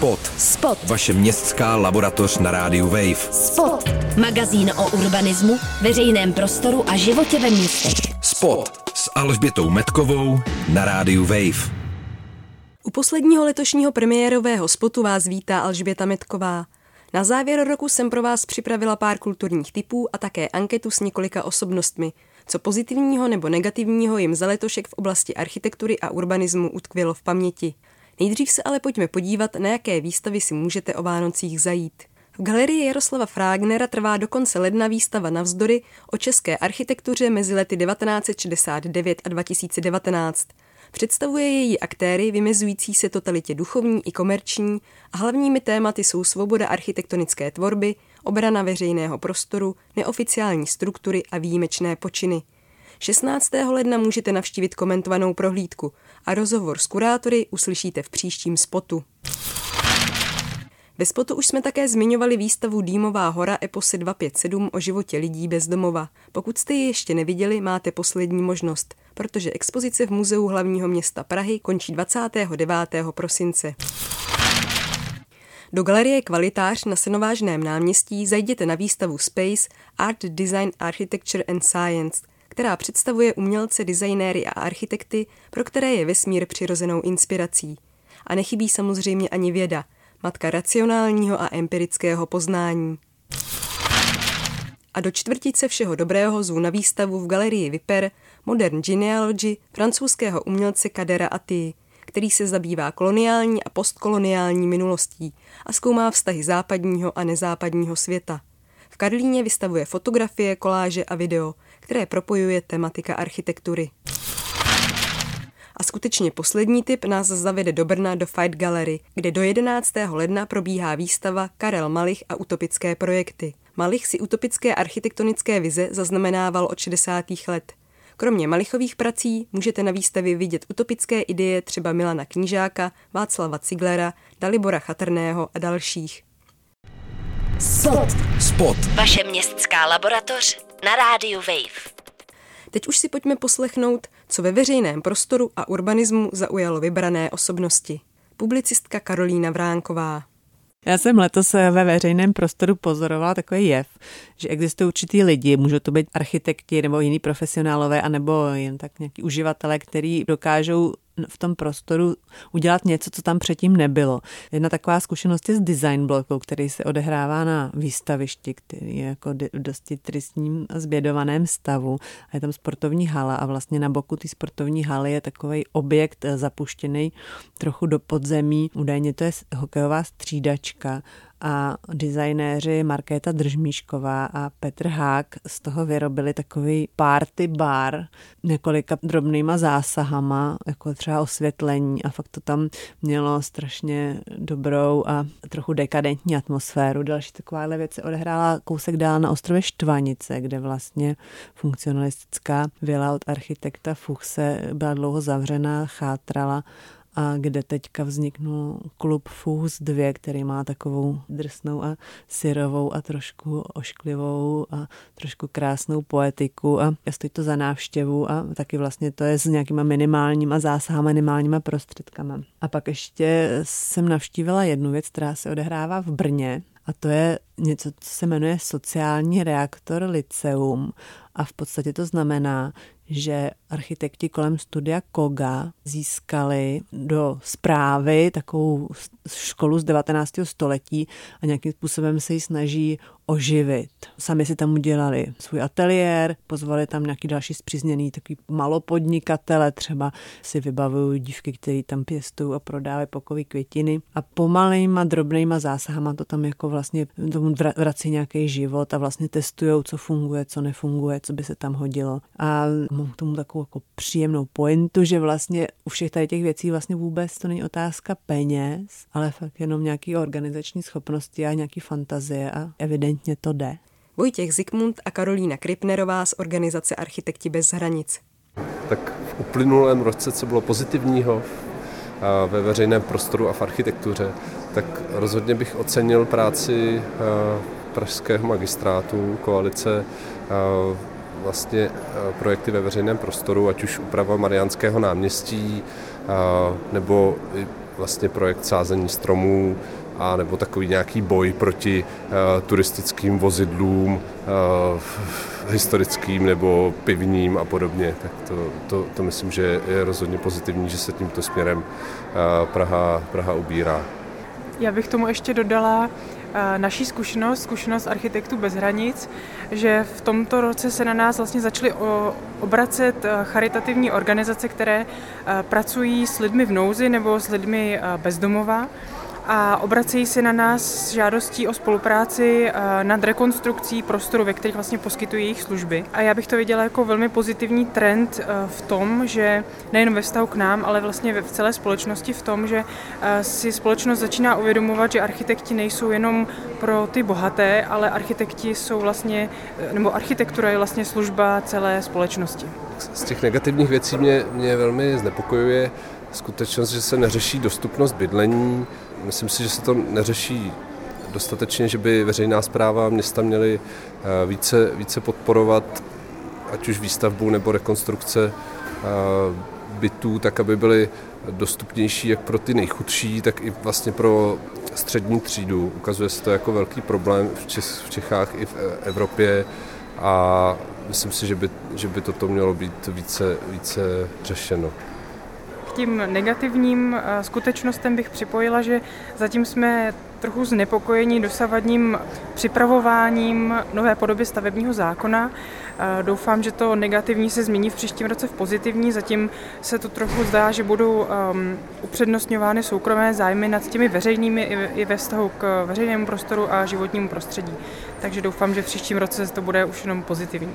Spot. Vaše městská laboratoř na rádiu Wave. Spot. Magazín o urbanismu, veřejném prostoru a životě ve městech. Spot s Alžbětou Metkovou na rádiu Wave. U posledního letošního premiérového spotu vás vítá Alžběta Metková. Na závěr roku jsem pro vás připravila pár kulturních tipů a také anketu s několika osobnostmi, co pozitivního nebo negativního jim za letošek v oblasti architektury a urbanismu utkvělo v paměti. Nejdřív se ale pojďme podívat, na jaké výstavy si můžete o Vánocích zajít. V galerii Jaroslava Frágnera trvá do konce ledna výstava Navzdory o české architektuře mezi lety 1969 a 2019. Představuje její aktéry vymezující se totalitě duchovní i komerční a hlavními tématy jsou svoboda architektonické tvorby, obrana veřejného prostoru, neoficiální struktury a výjimečné počiny. 16. ledna můžete navštívit komentovanou prohlídku a rozhovor s kurátory uslyšíte v příštím spotu. Ve spotu už jsme také zmiňovali výstavu Dýmová hora Eposy 257 o životě lidí bez domova. Pokud jste ji ještě neviděli, máte poslední možnost, protože expozice v Muzeu hlavního města Prahy končí 29. prosince. Do galerie Kvalitář na Senovážném náměstí zajděte na výstavu Space Art, Design, Architecture and Science, která představuje umělce, designéry a architekty, pro které je vesmír přirozenou inspirací. A nechybí samozřejmě ani věda, matka racionálního a empirického poznání. A do čtvrtice všeho dobrého zvu na výstavu v galerii Viper Modern Genealogy francouzského umělce Kadera Attii, který se zabývá koloniální a postkoloniální minulostí a zkoumá vztahy západního a nezápadního světa. V Karlíně vystavuje fotografie, koláže a video, které propojuje tematika architektury. A skutečně poslední tip nás zavede do Brna do Fight Gallery, kde do 11. ledna probíhá výstava Karel Malich a utopické projekty. Malich si utopické architektonické vize zaznamenával od 60. let. Kromě Malichových prací můžete na výstavě vidět utopické ideje třeba Milana Knížáka, Václava Ziglera, Dalibora Chatrného a dalších. Spot. Vaše městská laboratoř na rádiu Wave. Teď už si pojďme poslechnout, co ve veřejném prostoru a urbanismu zaujalo vybrané osobnosti. Publicistka Karolína Vránková. Já jsem letos ve veřejném prostoru pozorovala takový jev, že existují určitý lidi, můžou to být architekti nebo jiní profesionálové, anebo jen tak nějaký uživatelé, kteří dokážou v tom prostoru udělat něco, co tam předtím nebylo. Jedna taková zkušenost je s design bloku, který se odehrává na výstavišti, který je jako dosti tristním a zbědovaném stavu. A je tam sportovní hala a vlastně na boku té sportovní haly je takový objekt zapuštěný trochu do podzemí. Údajně to je hokejová střídačka. A designéři Markéta Držmíšková a Petr Hák z toho vyrobili takový party bar několika drobnýma zásahama, jako třeba osvětlení a fakt to tam mělo strašně dobrou a trochu dekadentní atmosféru. Další takováhle věc se odehrála kousek dál na ostrově Štvanice, kde vlastně funkcionalistická vila od architekta Fuchse byla dlouho zavřená, chátrala, a kde teďka vzniknul klub Fuchs 2, který má takovou drsnou a syrovou a trošku ošklivou a trošku krásnou poetiku a stojí to za návštěvu a taky vlastně to je s nějakýma minimálníma zásahama, minimálníma prostředkama. A pak ještě jsem navštívila jednu věc, která se odehrává v Brně a to je něco, co se jmenuje Sociální reaktor Lyceum a v podstatě to znamená, že architekti kolem studia Koga získali do správy takovou školu z 19. století a nějakým způsobem se ji snaží oživit. Sami si tam udělali svůj ateliér, pozvali tam nějaký další spřízněný takový malopodnikatele, třeba si vybavují dívky, který tam pěstují a prodávají pokojové květiny a pomalejma drobnejma zásahama to tam jako vlastně tomu vrací nějaký život a vlastně testujou, co funguje, co nefunguje, co by se tam hodilo. A mám k tomu takovou jako příjemnou pointu, že vlastně u všech tady těch věcí vlastně vůbec to není otázka peněz, ale fakt jenom nějaký organizační schopnosti a nějaký fantazie a evidentně to jde. Vojtěch Zikmund a Karolína Kripnerová z organizace Architekti bez hranic. Tak v uplynulém roce, co bylo pozitivního ve veřejném prostoru a v architektuře, tak rozhodně bych ocenil práci pražského magistrátu, koalice vlastně projekty ve veřejném prostoru, ať už úprava Mariánského náměstí nebo vlastně projekt sázení stromů a nebo takový nějaký boj proti turistickým vozidlům, historickým nebo pivním a podobně. Tak to myslím, že je rozhodně pozitivní, že se tímto směrem Praha ubírá. Já bych tomu ještě dodala naší zkušenost architektů bez hranic, že v tomto roce se na nás vlastně začaly obracet charitativní organizace, které pracují s lidmi v nouzi nebo s lidmi bezdomova a obracejí se na nás s žádostí o spolupráci nad rekonstrukcí prostoru, ve kterých vlastně poskytují jejich služby. A já bych to viděla jako velmi pozitivní trend v tom, že nejen ve vztahu k nám, ale vlastně v celé společnosti v tom, že si společnost začíná uvědomovat, že architekti nejsou jenom pro ty bohaté, ale architekti jsou vlastně, nebo architektura je vlastně služba celé společnosti. Z těch negativních věcí mě velmi znepokojuje skutečnost, že se neřeší dostupnost bydlení. Myslím si, že se to neřeší dostatečně, že by veřejná správa města měly více podporovat ať už výstavbu nebo rekonstrukce bytů, tak aby byly dostupnější jak pro ty nejchudší, tak i vlastně pro střední třídu. Ukazuje se to jako velký problém v Čechách i v Evropě a myslím si, že by toto mělo být více řešeno. Tím negativním skutečnostem bych připojila, že zatím jsme trochu znepokojeni dosavadním připravováním nové podoby stavebního zákona. Doufám, že to negativní se změní v příštím roce v pozitivní. Zatím se to trochu zdá, že budou upřednostňovány soukromé zájmy nad těmi veřejnými i ve vztahu k veřejnému prostoru a životnímu prostředí. Takže doufám, že v příštím roce to bude už jenom pozitivní.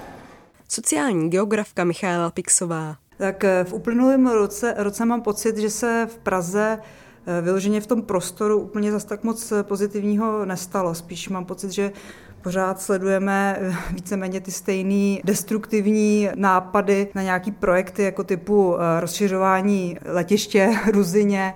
Sociální geografka Michaela Pixová. Tak v uplynulém roce mám pocit, že se v Praze vyloženě v tom prostoru úplně zas tak moc pozitivního nestalo. Spíš mám pocit, že pořád sledujeme víceméně ty stejné destruktivní nápady na nějaký projekty jako typu rozšiřování letiště Ruzyně,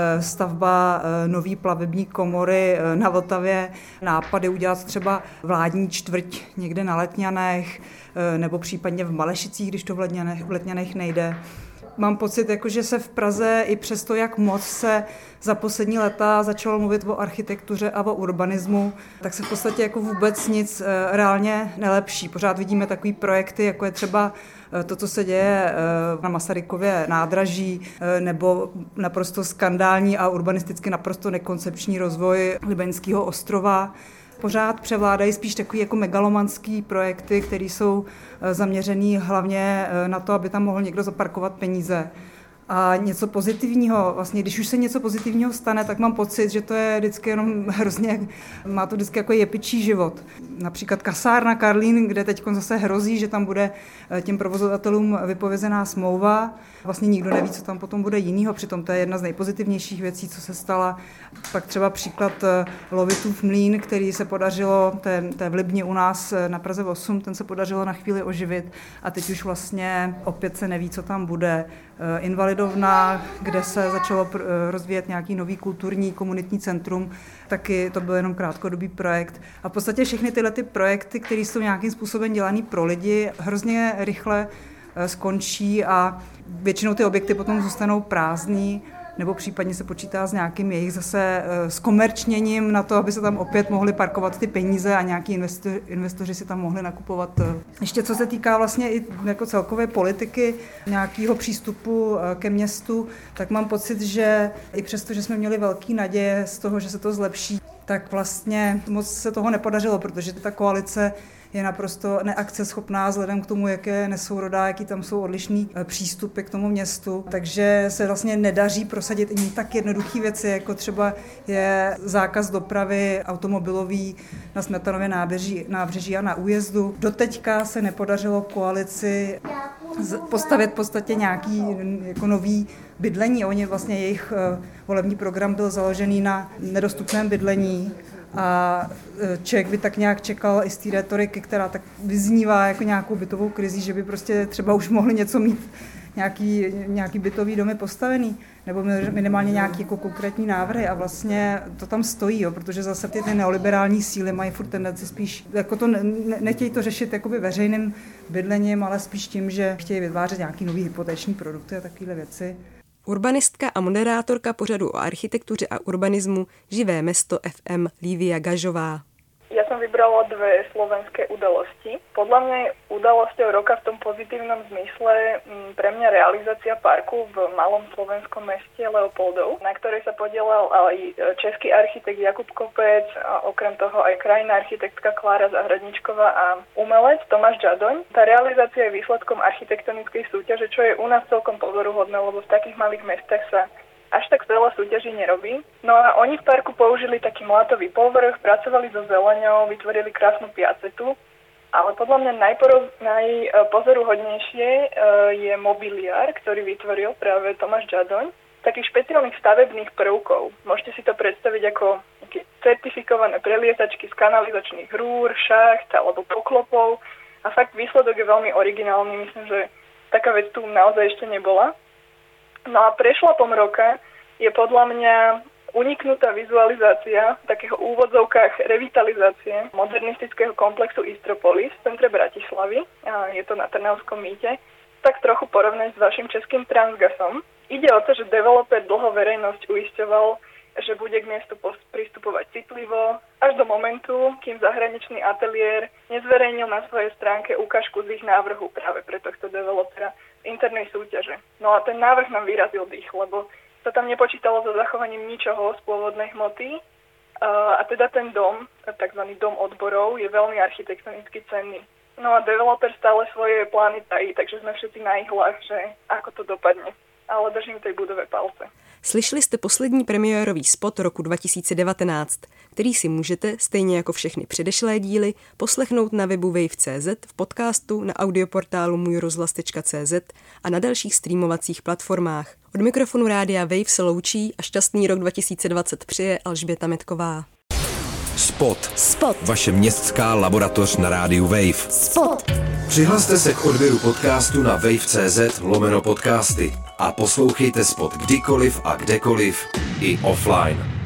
stavba nový plavební komory na Vltavě, nápady udělat třeba vládní čtvrť někde na Letňanech nebo případně v Malešicích, když to v Letňanech nejde. Mám pocit, že se v Praze i přesto, jak moc se za poslední léta začalo mluvit o architektuře a o urbanismu, tak se v podstatě jako vůbec nic reálně nelepší. Pořád vidíme takový projekty, jako je třeba to, co se děje na Masarykově nádraží, nebo naprosto skandální a urbanisticky naprosto nekoncepční rozvoj Libeňského ostrova. Pořád převládají spíš takový jako megalomanský projekty, které jsou zaměřený hlavně na to, aby tam mohl někdo zaparkovat peníze. A něco pozitivního, vlastně když už se něco pozitivního stane, tak mám pocit, že to je vždycky jenom hrozně, má to vždycky jako jepičí život. Například kasárna Karlín, kde teď zase hrozí, že tam bude těm provozovatelům vypovězená smlouva. Vlastně nikdo neví, co tam potom bude jinýho, přitom to je jedna z nejpozitivnějších věcí, co se stala. Pak třeba příklad Lovitův mlýn, který se podařilo, to je v Libni u nás na Praze 8, ten se podařilo na chvíli oživit a teď už vlastně opět se neví, co tam bude. Invalidovna, kde se začalo rozvíjet nějaký nový kulturní komunitní centrum, taky to byl jenom krátkodobý projekt. A v podstatě všechny tyhle ty projekty, které jsou nějakým způsobem dělaný pro lidi, hrozně rychle skončí a většinou ty objekty potom zůstanou prázdný, nebo případně se počítá s nějakým jejich zase zkomerčněním na to, aby se tam opět mohly parkovat ty peníze a nějaký investoři si tam mohli nakupovat. Ještě co se týká vlastně i jako celkové politiky, nějakého přístupu ke městu, tak mám pocit, že i přesto, že jsme měli velký naděje z toho, že se to zlepší, tak vlastně moc se toho nepodařilo, protože ta koalice je naprosto neakceschopná vzhledem k tomu, jak je nesourodá, jaký tam jsou odlišný přístupy k tomu městu. Takže se vlastně nedaří prosadit ani tak jednoduché věci, jako třeba je zákaz dopravy automobilový na Smetanově nábřeží a na újezdu. Doteďka se nepodařilo koalici postavit v podstatě nějaký jako nový bydlení. Oni vlastně jejich volební program byl založený na nedostupném bydlení. A člověk by tak nějak čekal i z té retoriky, která tak vyznívá jako nějakou bytovou krizi, že by prostě třeba už mohli něco mít, nějaký bytový domy postavený, nebo minimálně nějaké jako konkrétní návrhy a vlastně to tam stojí, protože zase ty neoliberální síly mají furt tendenci spíš, jako to nechtějí to řešit jakoby veřejným bydlením, ale spíš tím, že chtějí vytvářet nějaký nový hypoteční produkty a takovéhle věci. urbanistka a moderátorka pořadu o architektuře a urbanismu Živé mesto FM Lívia Gažová. Ja som vybrala dve slovenské udalosti. Podľa mňa je udalosťou roka v tom pozitívnom zmysle pre mňa realizácia parku v malom slovenskom meste Leopoldov, na ktorej sa podielal aj český architekt Jakub Kopec a okrem toho aj krajná architektka Klára Zahradničková a umelec Tomáš Žadoň. Tá realizácia je výsledkom architektonickej súťaže, čo je u nás celkom pozoruhodné, lebo v takých malých mestách sa až tak veľa súťaží nerobí. No a oni v parku použili taký mlátový povrch, pracovali so zeleňou, vytvorili krásnu piacetu, ale podľa mňa najpozoruhodnejšie je mobiliár, ktorý vytvoril práve Tomáš Žadoň, takých špeciálnych stavebných prvkov. Môžete si to predstaviť ako certifikované prelietačky z kanalizačných rúr, šacht alebo poklopov a fakt výsledok je veľmi originálny. Myslím, že taká vec tu naozaj ešte nebola. No a prešlapom roka je podľa mňa uniknutá vizualizácia takého úvodzovkách revitalizácie modernistického komplexu Istropolis v centre Bratislavy. Je to na Trnavskom mýte. Tak trochu porovnať s vašim českým Transgasom. Ide o to, že developer dlho verejnosť uisťoval, že bude k miestu pristupovať citlivo, až do momentu, kým zahraničný ateliér nezverejnil na svojej stránke ukážku z ich návrhu práve pre tohto developera internej súťaže. No a ten návrh nám vyrazil dých, lebo sa tam nepočítalo so zachovaním ničoho z pôvodnej hmoty a teda ten dom, takzvaný dom odborov, je veľmi architektonicky cenný. No a developer stále svoje plány tají, takže sme všetci na ihlách, že ako to dopadne. Ale držím tej budove palce. Slyšeli jste poslední premiérový spot roku 2019, který si můžete, stejně jako všechny předešlé díly, poslechnout na webu wave.cz, v podcastu, na audioportálu můjrozhlas.cz a na dalších streamovacích platformách. Od mikrofonu rádia Wave se loučí a šťastný rok 2020 přeje Alžběta Metková. Spot. Vaše městská laboratoř na rádiu Wave. Spot. Přihlaste se k odběru podcastu na wave.cz/podcasty a poslouchejte Spot kdykoliv a kdekoliv i offline.